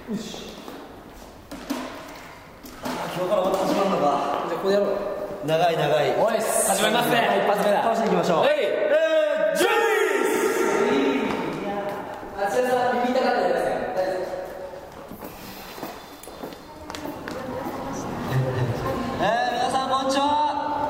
よし。今日からまた始まるのか。じゃあここでやろう。長い。 おいっす。始まりますね。 一発目だ。楽しんでいきましょう。 ジュース。 あちらさん耳痛かったですか。 皆さんこんにちは。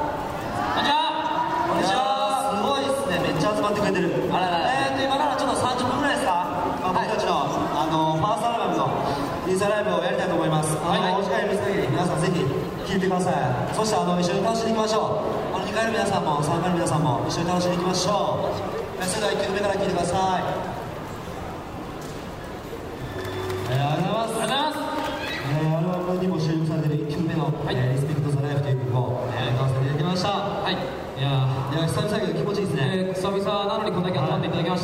こんにちは。すごいですね。めっちゃ集まってくれてる。今からちょっと30分ぐらいですか。僕たちのファーストアルバムのインスタライブをやりたいと思います。お時間に見せて皆さんぜひ聴いてください。そして一緒に楽しんでいきましょう。2回の皆さんも3回の皆さんも一緒に楽しんでいきましょう。それでは1曲目から聴いてください。ありがとうございます。アルバムにも収録されている1曲目の「リスペクト・ザ・ライフ」という曲を歌わせていただきました。いや久々だけど気持ちいいですね。 久々なのにこんだけ集まっていただきました。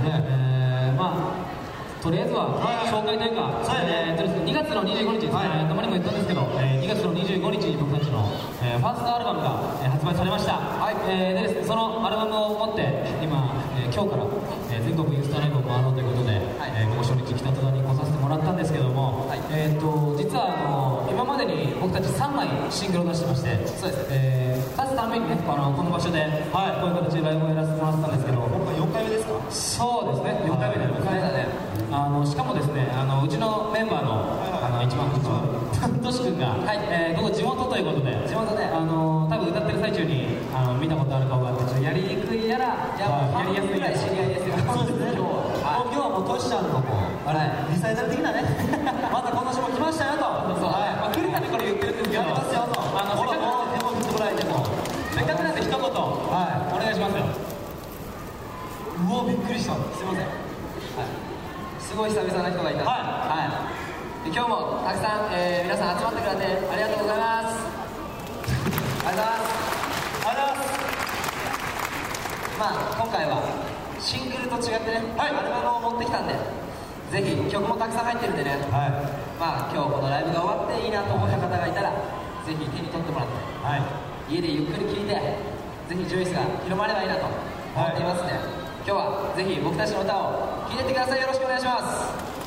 とりあえずは紹介というか、2月の25日ですね、たまにも言ったんですけど、2月の25日に僕たちのファーストアルバムが発売されました。でですね、そのアルバムを持って今日から全国インスタライブを回ろうということで、もう初日北戸田に来させてもらったんですけども、実は今までに僕たち3枚シングルを出してまして、そうですね、出すためにね、この場所でこういう形でライブをやらせてもらったんですけど、 今回4回目ですか。 そうですね、4回目になりますね。しかもですね、うちのメンバーの一番とし君が、ここ地元ということで、多分歌ってる最中に見たことある顔があって、ちょっとやりにくいやらやりやすいぐらい知り合いですよ。 そうですね。今日はもうトシちゃんのリサイタル的なね、また今年も来ましたよと。 来るたびこれ言ってるんですけど、 やってますよと。ほらもう手も振ってもらえても。 せっかくなんで一言お願いしますよ。 うわびっくりした。すいません。 すごい久々な人がいた。で今日もたくさん、皆さん集まってくれてありがとうございます。ありがとうございます。今回はシングルと違ってね、アルバムを持ってきたんで、ぜひ曲もたくさん入ってるんでね、今日このライブが終わっていいなと思った方がいたら、ぜひ手に取ってもらって、家でゆっくり聴いて、ぜひジョイスが広まればいいなと思っていますね。今日はぜひ僕たちの歌を聴いてってください。よろしくお願いします。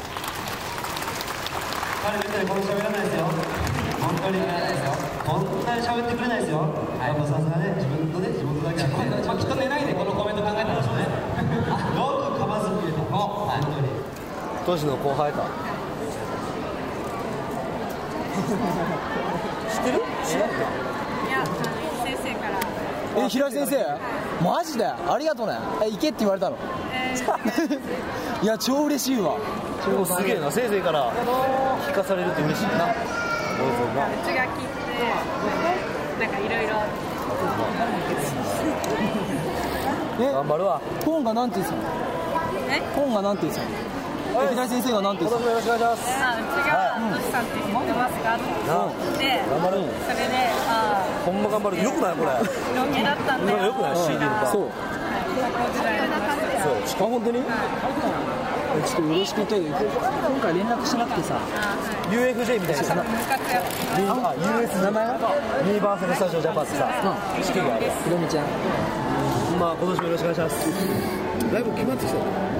彼みたいにこの喋らないですよ。本当にこんなに喋ってくれないですよ。やっぱさすがね、自分のね、地元だけはきっと寝ないでこのコメント考えたんでしょうね。 よくかまずくれた。本当に当時の後輩か。知ってる？知らんか。 いや、先生から。 平井先生？マジでありがとうね。行けって言われたの？いや超嬉しいわ。すげえな、先生から聞かされるって嬉しいな。 うちが聞いてなんかいろいろ頑張るわ。本がなんて言ってたの？本がなんて言ってたの？平井先生がなんて言ってたの？よろしくお願いします。 うちがトシさんって知ってますかって言って、 頑張る。 それでほんま頑張る。よくないこれ。 ロケだったんだよ。 よくない CD とか。そう。 高校時代のそう。本当に？ちょっとよろしく言っといて。今回連絡しなくてさ。UFJ みたいな。US 名前は？ユニバーサルスタジオジャパンってさ。式がある。ひろみちゃん。今年もよろしくお願いします。 だいぶ決まってきた。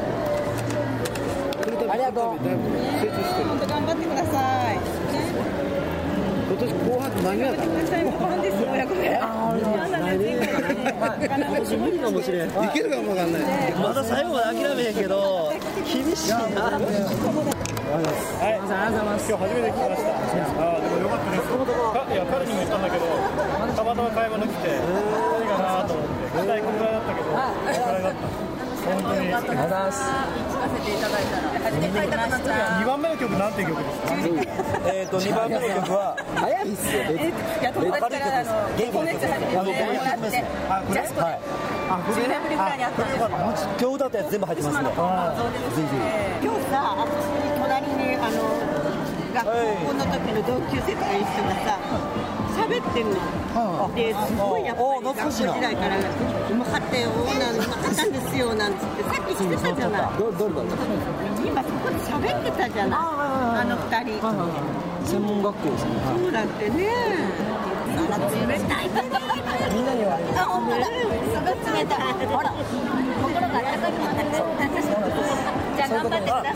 ありがとう。 本当頑張ってください。 今年後半何があったの？ 後半ですよ、親子で。 今年無理かもしれん。 いけるかもわかんない。 まだ最後まで諦めへんけど厳しいな。 はい、ありがとうございます。今日初めて来ました。でもよかったです。いや彼にも言ったんだけど、たまたま買い物来て、何かなと思って期待これぐらいだったけど、これぐらいだった。本当に。ありがとうございます。 聞かせていただいたら初めて書いたかな。 2番目の曲なんていう曲ですか ？2番目の曲は早いっすよ。 友達からコメント始めてもらって、ジャストで10年ぶりぐらいに会ったんですよ。 今日歌ったやつ全部入ってますんで。 そうですね。今日さ、隣に学校の時の同級生とかいう人がさ喋ってんの。ですごいやっぱり学校時代からうまかったよなんうまかったんですよなんつってさっきしてたじゃない。 どれだ？ 今そこで喋ってたじゃない。2人。 専門学校ですね。 そうだってね。冷たい。 みんなには。 本当だ。すごい冷たい。ほら心が温かくなった。じゃあ頑頑張ってください。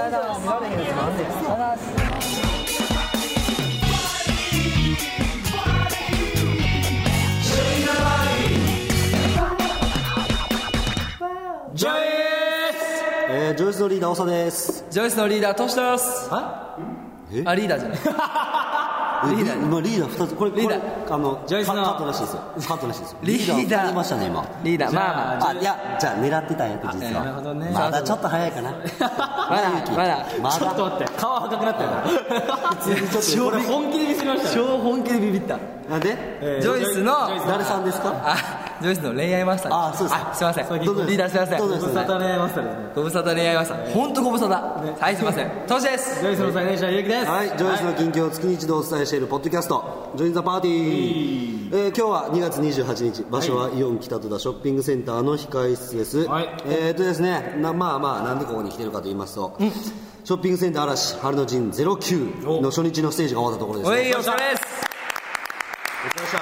ジョイジョイスのリーダー長です。 ジョイスのリーダートシです。あ、リーダーじゃないリーダー今リーダー2つこれリーダージョイスのカットらしいですよ。カットらしいですよ。 リーダー 2人いましたね今。 リーダーまあいやじゃあ狙ってたんやって実は。 なるほどね。 まだちょっと早いかな。 まだちょっと待って顔赤くなったよ。超本気でミスりました。超本気でビビった。 なんでジョイスの誰さんですか？ ジョイスの恋愛マスター。 あ、そうです。 すいません。リーダーすいません。 ご無沙汰恋愛マスターです。 ご無沙汰恋愛マスター。本当ご無沙汰。はいすいません。トシです。 ジョイスの最年少ゆうきです。 はい、ジョイスの近況を月に一度お伝えしているポッドキャストジョインザパーティー。今日は2月28日、場所はイオン北戸田ショッピングセンターの控え室です。ですね、まあなんでここに来てるかと言いますと、ショッピングセンター嵐春の陣09の初日のステージが終わったところですね。 お疲れ様です。 お疲れ様でした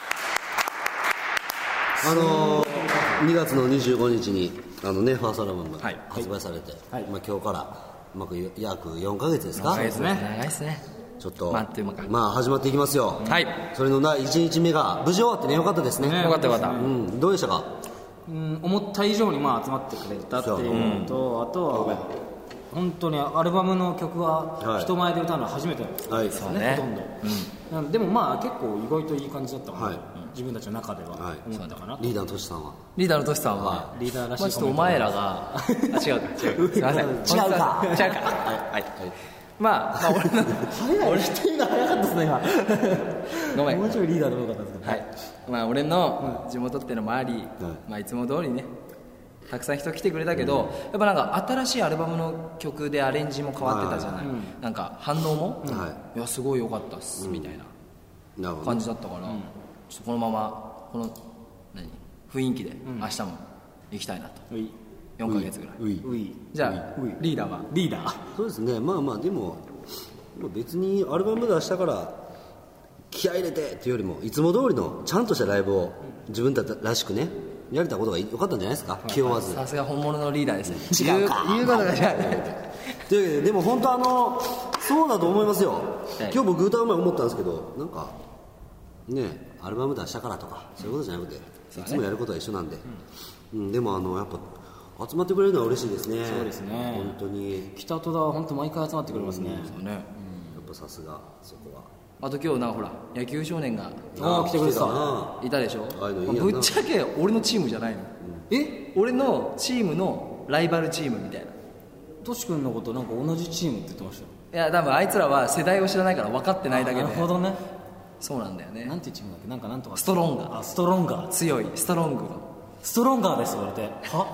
。2月の25日にファーストアルバムが発売されて、今日から約4ヶ月ですか。 長いですね。 ちょっとあっという間か。 始まっていきますよ。 はい。 それの第1日目が無事終わってね、よかったですね。 よかった。 どうでしたか？ 思った以上に集まってくれたっていうのと、あとは本当にアルバムの曲は人前で歌うのは初めてなんですよね、ほとんど。でも結構意外といい感じだったので、自分たちの中では思ったかな。 リーダーのトシさんはリーダーのトシさんはリーダーらしい。 ちょっとお前らが違うすいません。違うかはい。俺手が早かったですね今。ごめん。 もうちょいリーダーでもよかったですけど。 はい。俺の地元ってのもあり、いつも通りねたくさん人来てくれたけど、やっぱ新しいアルバムの曲でアレンジも変わってたじゃない。反応もいやすごい良かったっすみたいな感じだったから、ちょっとこのままこの雰囲気で明日も行きたいなと。4ヶ月ぐらい。じゃあリーダーはリーダー。 そうですね。でも別にアルバム出したから気合い入れてっていうよりもいつも通りのちゃんとしたライブを自分たちらしくねやれたことが良かったんじゃないですか。気負わず。 さすが本物のリーダーですね。 違うか。 言うことが違う。 というわけででも本当そうだと思いますよ。今日僕歌う前思ったんですけどアルバム出したからとかそういうことじゃなくていつもやることは一緒なんで。でもやっぱ集まってくれるのは嬉しいですね。 そうですね。 本当に北戸田は本当毎回集まってくれますね。 そうね。やっぱさすがそこは。 あと今日ほら野球少年が来てくれたいたでしょ。ぶっちゃけ俺のチームじゃないの。俺のチームのライバルチームみたいな。 トシ君のこと同じチームって言ってましたよ。 いや多分あいつらは世代を知らないから分かってないだけで。 なるほどね。 そうなんだよね。 なんていうチームだっけ。なんとかストロンガー。 ストロンガー。 強いストロング。 ストロンガーです言われては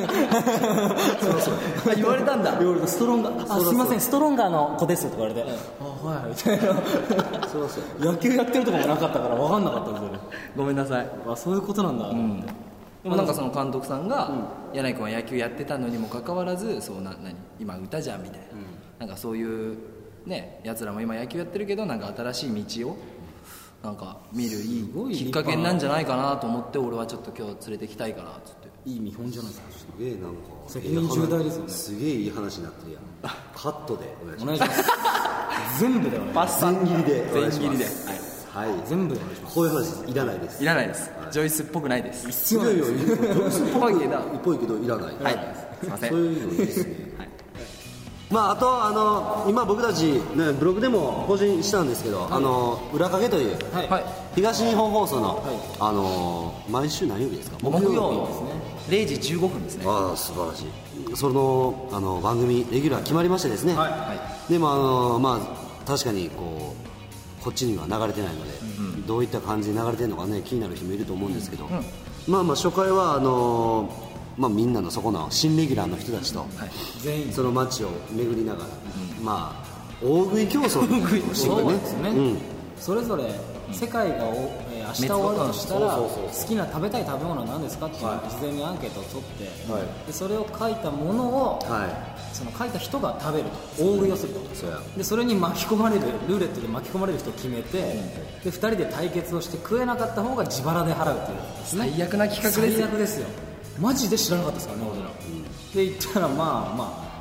そう言われたんだ。 ストロンガーすいませんストロンガーの子ですとか言われてはいみたいな。野球やってるとかもなかったから分かんなかったんですよね。 ごめんなさい。 そういうことなんだ。 でもその監督さんが柳井君は野球やってたのにもかかわらず今歌じゃんみたいなそういうねやつらも今野球やってるけど新しい道を見るいいきっかけになんじゃないかなと思って俺はちょっと今日連れてきたいかなっつって。 いい見本じゃないですか。 すげえ責任重大ですよね。 すげえいい話になってるやん。カットでお願いします。全部でお願いします。 全切りでお願いします。 全切りで全部でお願いします。 こういう話いらないです。 いらないです。ジョイスっぽくないです。 必要ないです。ジョイスっぽいけどいらない。 すいません。 そういうのいいですね。あと今僕たちブログでも更新したんですけど裏影という東日本放送の毎週何曜日ですか。 木曜ですね。0時15分ですね。 素晴らしい。その番組レギュラー決まりましてですね。でも確かにこっちには流れてないのでどういった感じで流れてるのかね気になる人もいると思うんですけど初回はみんなのそこの新レギュラーの人たちとその街を巡りながら大食い競争をしてくるね。 それぞれ世界が明日終わるとしたら好きな食べたい食べ物は何ですかっていう事前にアンケートを取ってでそれを書いたものをその書いた人が食べると大食いをするとでそれに巻き込まれるルーレットで巻き込まれる人を決めてで2人で対決をして食えなかった方が自腹で払うっていうですね。 最悪な企画ですよ。 最悪ですよ。マジで知らなかったですからね俺ら。で言ったら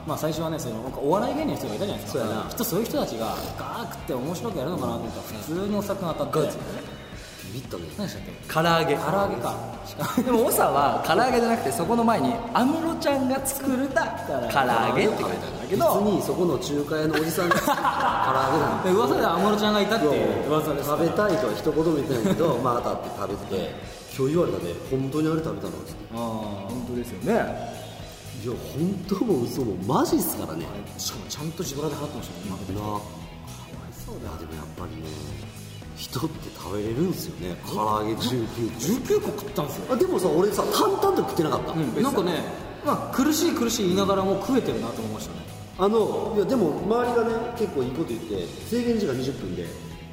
まあ、最初はねそのなんかお笑い芸人の人がいたじゃないですか。そういう人たちがガーッ食って面白くやるのかなと思ったら普通にお酒が当たってビッとね、何でしたっけ、唐揚げかでも長は唐揚げじゃなくてそこの前に安室ちゃんが作った唐揚げって書いてあるんだけど、 別にそこの中華屋のおじさんが唐揚げなんで噂では安室ちゃんがいたっていう噂です。 食べたいとは一言も言ってないけどまあ当たって食べてて、今日言われたね、本当にあれ食べたのって。 本当ですよね。 いや本当も嘘もマジっすからね。 しかもちゃんと自腹で払ってましたね。 なあ、そうだ。でもやっぱりね、人って食べれるんですよね。唐揚げ19個食ったんですよ。 でもさ、俺さ淡々と食ってなかった、 なんかね、まあ、苦しい言いながらも食えてるなと思いましたね。 いやでも周りがね結構いいこと言って、制限時間20分で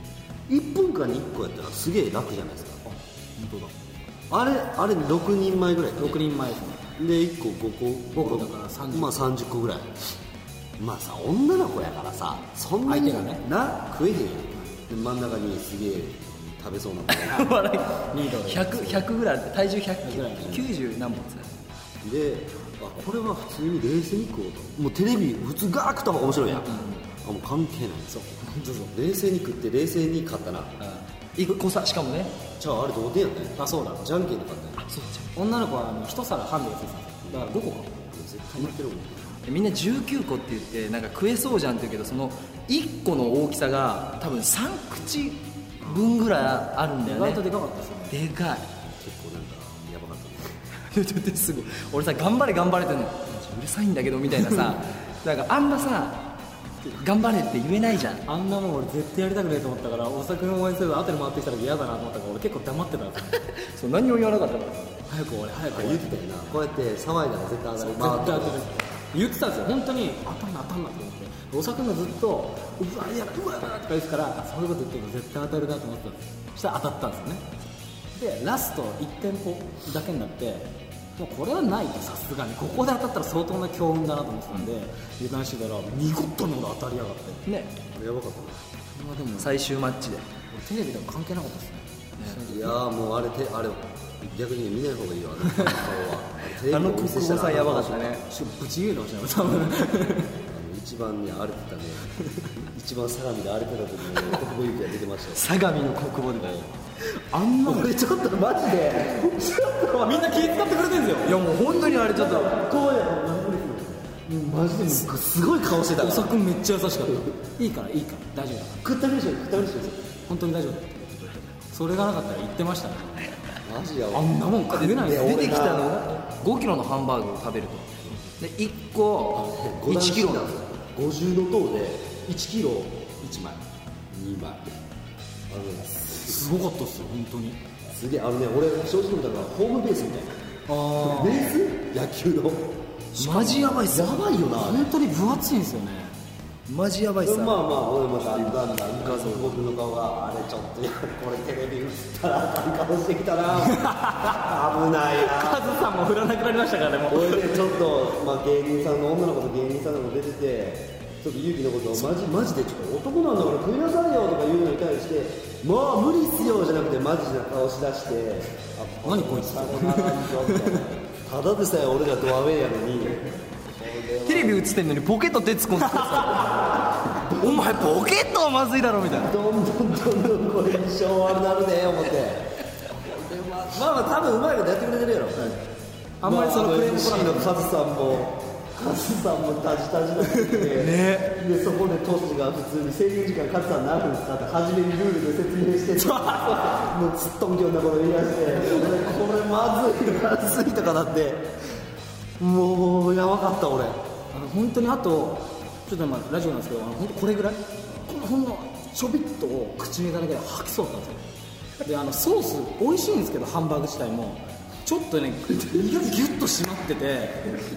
1分間に1個やったらすげえ楽じゃないですか。 本当だ。 あれ6人前ぐらい、 6人前ですね。 で1個5個だから30 まあ30個ぐらい。まあさ、女の子やからさ、そんなに相手がね食えへんやん。で真ん中にすげえ食べそうな子笑い100ぐらいあって体重100キロ90何本で、これは普通に冷静に食おうと。もうテレビ普通ガーッ食った方が面白いやん、もう関係ない。そう冷静に食って冷静に勝ったな。 1個差しかもね。 じゃああれ同点やったね。 あ、そうだ、 じゃんけんで勝ったね。 女の子は1皿半でやってたんですよ。だから5個か絶対負けるもん。 みんな19個って言ってなんか食えそうじゃんって言うけど、その1個の大きさが多分3口分ぐらいあるんだよね。 意外とでかかったですよね。 でかい。 結構なんかやばかったねすごい。俺さ、頑張れって言うのうるさいんだけどみたいなさなんかあんまさ頑張れって言えないじゃん。 あんなもん俺絶対やりたくないと思ったから、お酒も応援せず後に回ってきたら嫌だなと思ったから俺結構黙ってたんですよそう、何も言わなかったから早く言ってたよな。こうやって騒いだら絶対当たる。 絶対当てる言ってたんですよ。本当に当たんなと思って、お酒もずっとうわやだとか言ってからそういうこと言っても絶対当たるなと思ってたんです。そしたら当たったんですよね。でラスト1店舗だけになって、もうこれはないと、さすがにここで当たったら相当な強運だなと思ってたんで油断してたら見事に俺当たりやがってね。 やばかったな。 でも最終マッチでテレビでも関係なかったですね。 いやーもうあれ逆に見ない方がいいよ、 あの国語さんやばかったね。 ぶち切れてましたよ多分一番ね荒れてたね一番相模で荒れてた時に国語勇気が出てましたよ。 相模の国語であんな俺ちょっとマジでみんな気遣ってくれてるんですよ。 いやもう本当にあれちょっとこうやろマジですごい顔してたから。 お酒めっちゃ優しかったいいから大丈夫だ食ったりしよ本当に大丈夫だってそれがなかったら言ってましたね。 マジやあんなもん食えないよ。 出てきたのが5キロのハンバーグを食べると。で1個1キロなんですよ。 50の塔で1キロ 1枚 2枚すごかったっすよ本当に。 すげえ俺正直だからホームベースみたいなベース野球のマジやばいっすよ。 やばいよな。 本当に分厚いんですよね。 マジやばいっす。 まあ俺もだんだん僕の顔があれちょっとこれテレビ映ったらあかん顔してきたな危ないな。 カズさんも振らなくなりましたからね。もう俺でちょっと、芸人さんの女の子と芸人さんの子出ててちょっと勇気のことをマジでちょっと男なんだから食いなさいよとか言うのに対してまあ無理っすよじゃなくてマジな顔しだして何こいつただでさえ俺らドアウェイやのにテレビ映ってんのにポケット手突っ込んでお前ポケットはまずいだろみたいな。 どんどんこれ一生悪なるね思ってまあ多分うまいことやってくれてるやろ、あんまりそのクレームMCのカズさんもタジタジなってて、でそこでトシが普通に制限時間カズさん何分使って初めにルールで説明してもうずっとんきょんなこと言い出してこれまずいとかなってもうやばかった俺。 本当にあとちょっとラジオなんですけど本当これぐらいほんのちょびっとを口に入れただけで吐きそうだったんですよ。でソース美味しいんですけどハンバーグ自体もちょっとね胃がギュッと締まってて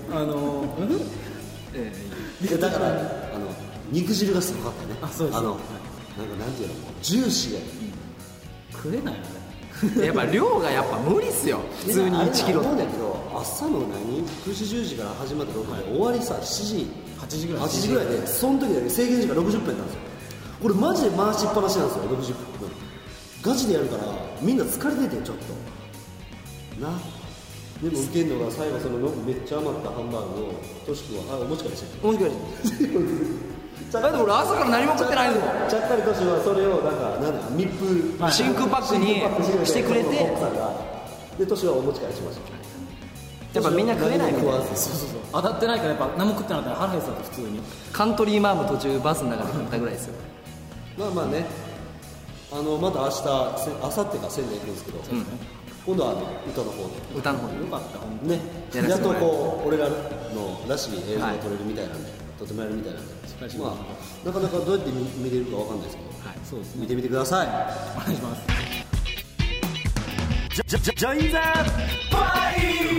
だから肉汁がすごかったね。 そうです。 なんていうのジューシーや食えないやっぱ量がやっぱ無理っすよ普通に1キロ。 思うんだけど朝の9時10時から始まった6時で終わりさ8時ぐらいでその時だけ制限時間60分やったんですよ。これマジで回しっぱなしなんですよ60分ガチでやるからみんな疲れててちょっとなでも受けるのが最後そのめっちゃ余ったハンバーグをトシ君はお持ち帰りしてお持ち帰りだって俺朝から何も食ってないぞ。 ちゃっかりトシはそれをなんだ密封真空パックにしてくれて、 でトシはお持ち帰りしました。 やっぱみんな食えないみたいな。 そう当たってないからやっぱ何も食ってなかったら腹減ってたと普通に。 カントリーマーム途中バスの中で食ったぐらいですよ。 まあね、また明日明後日か仙台行くんですけど、今度は歌の方で歌の方でよかった本当ね、 やらせやってともらえる俺らのらしい映像が撮れるみたいなんで、撮ってもらえるみたいなんで、まあなかなかどうやって見れるかわかんないですけど、 そうですね。 見てみてください。 お願いします。 ジョインザバ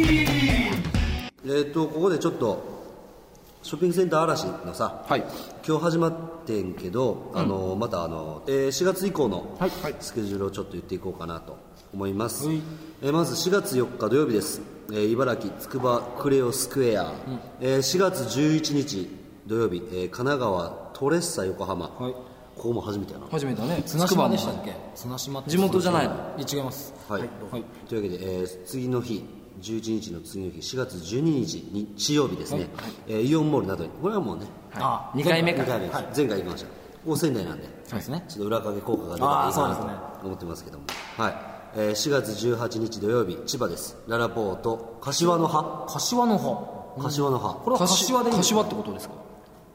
イ。ここでちょっとショッピングセンター嵐のさ、今日始まってんけど、また4月以降のスケジュールをちょっと言っていこうかなと思います。まず4月4日土曜日です。茨城つくばクレオスクエア、4月11日土曜日、神奈川トレッサ横浜、ここも初めてやな。 初めてだね。 綱島でしたっけ？綱島って地元じゃないの？ 違います。 というわけで、次の日11日の次の日4月12日日曜日ですね、イオンモールなどに、これはもうね 2回目か。 2回目です、前回行きました。ここ仙台なんで、 そうですね。 ちょっと裏影効果が出たらいいかなと思ってますけども、4月18日土曜日千葉です。ララポート柏の葉。 柏の葉。 柏の葉。 これは柏でいい。 柏ってことですか？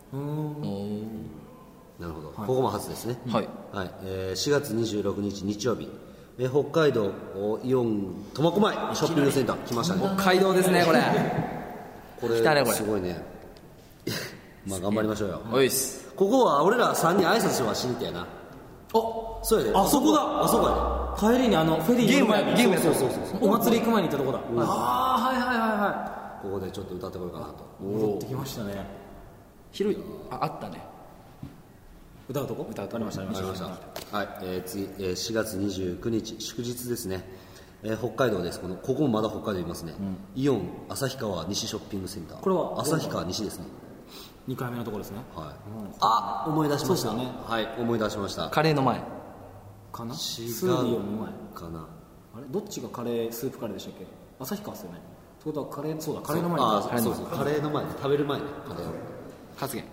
なるほど、ここも初ですね。4月26日日曜日、北海道イオン苫小牧ショッピングセンター来ましたね。 北海道ですねこれ。 こ来たねこれ。 すごいね。まあ頑張りましょうよ。 おいっす。 ここは俺ら3人挨拶はしに行ったよな。そうやで。 あそこだ。 あそこやで。 帰りにフェリーゲームやそうお祭り行く前に行ったとこだ。 ここでちょっと歌ってこようかなと。 戻ってきましたね。 広い。あったね。 歌うとこ？ありました。 次、4月29日祝日ですね。北海道です。ここもまだ北海道いますね。イオン旭川西ショッピングセンター。 これは旭川西ですね。 2回目のところですね。 あ、思い出しました。 そうですよね。 思い出しました。 カレーの前かな。 スーディオの前かな。 あれどっちがカレースープカレーでしたっけ？旭川ですよね。ってことはカレー、そうだ、カレーの前に。 そうカレーの前で食べる前にカレーを発言。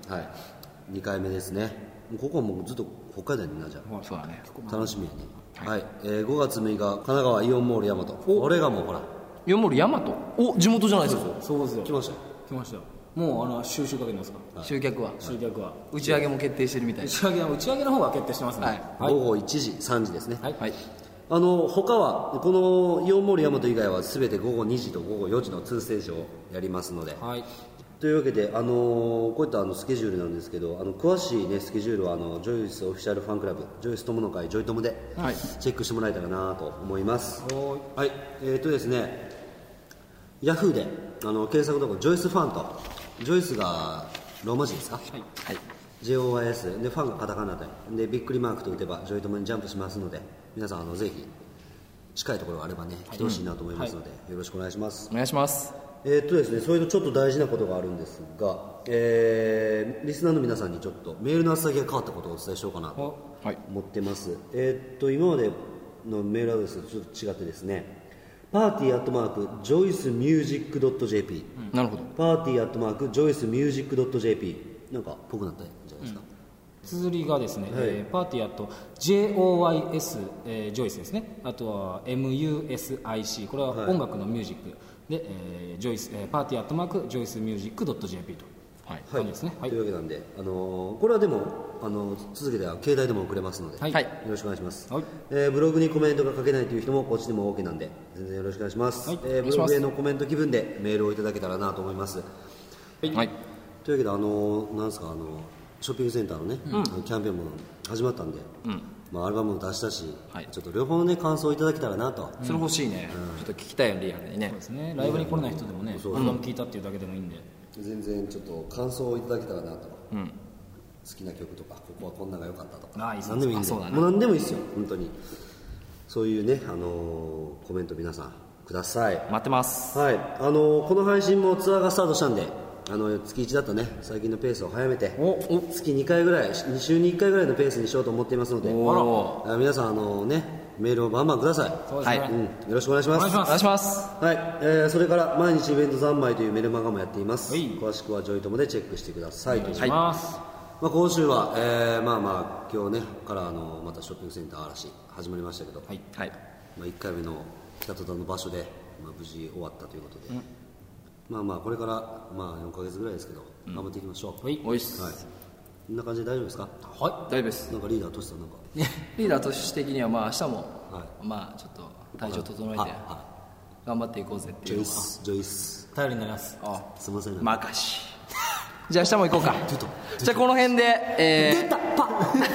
2回目ですね。ここはもうずっと北海道にいるな。じゃあそうだね。 楽しみやね。5月6日神奈川イオンモール大和。俺がもうほらイオンモール大和。お、地元じゃないですか。 そうですよ。 来ましたよ。もう収集かけてますか？ 集客は打ち上げも決定してるみたい。 打ち上げの方が決定してますね。 午後1時3時ですね。他はこのイオンモール大和以外は全て午後2時と午後4時の2ステージをやりますので、というわけで、こういったスケジュールなんですけど、詳しい、スケジュールはジョイスオフィシャルファンクラブジョイス友の会ジョイトムでチェックしてもらえたらなと思います。ですね、ヤフーで検索とこジョイスファンと、ジョイスがローマ字ですか、JOYS でファンがカタカナでびっくりマークと打てばジョイトムにジャンプしますので、皆さんぜひ近いところがあればね来てほしいなと思いますので、よろしくお願いします。 お願いします。 ですね、それとちょっと大事なことがあるんですが、リスナーの皆さんにちょっとメールの宛先が変わったことをお伝えしようかなと思ってます。今までのメールアドレスとちょっと違ってですね、party@joycemusic.jp、 なるほど。 party@joycemusic.jp、なんかぽくなったんじゃないですか。 綴りがですね、パーティーJOYS、ジョイスですね。あとは MUSIC、これは音楽のミュージックで、ジョイス、パーティー@joycemusic.jp と。感じですね。 というわけなんで、これはでも続けては携帯でも送れますので、よろしくお願いします。ブログにコメントが書けないという人もこっちでも OK なんで全然よろしくお願いします。ブログへのコメント気分でメールをいただけたらなと思います。というわけでなんですか、ショッピングセンターのね、キャンペーンも始まったんで、アルバムも出したし、ちょっと両方のね感想をいただけたらなと。 それ欲しいね。ちょっと聞きたいよリアルにね。 そうですね。ライブに来れない人でもね、アルバム聴いたっていうだけでもいいんで、 全然ちょっと感想をいただけたらなと。好きな曲とか、ここはこんなが良かったとか、何でもいいんで、もう何でもいいですよ本当に。そういうねコメント皆さんください。 待ってます。 この配信もツアーがスタートしたんで、月1だとね最近のペースを早めて月2回ぐらい、2週に1回ぐらいのペースにしようと思っていますので、皆さんメールをバンバンください。 はい、 よろしくお願いします。 お願いします。 はい、それから毎日イベント三昧というメルマガもやっています。詳しくはジョイトモでチェックしてください。 お願いします。 まあ、今週は、今日ねからまたショッピングセンター嵐始まりましたけど、 はい、 まあ、1回目の北戸田の場所で、無事終わったということで、これから4ヶ月ぐらいですけど頑張っていきましょう。 おいっす。 こんな感じで大丈夫ですか？ はい、大丈夫です。 なんかリーダーとしてなんかリーダーとして的には明日も、ちょっと体調整えて頑張っていこうぜっていうのはジョイス頼りになります。 すみません。 任しじゃあ明日も行こうか。じゃあこの辺で出たパ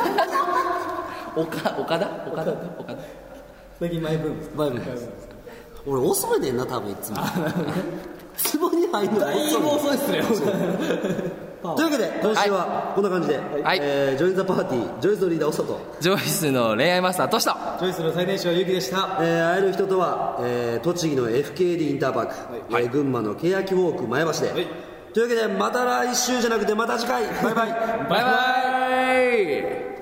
岡田最近マイブーム俺遅いねんな多分いつもツボに入るのが遅いっすね。 というわけで今週はこんな感じで、ジョインザパーティージョイスのリーダーおさとジョイスの恋愛マスターとしたジョイスの最年少ゆきでした。 会える人とは、栃木の FKD インターパーク、群馬の欅ウォーク前橋で、というわけでまた来週じゃなくてまた次回バイバイバイバイ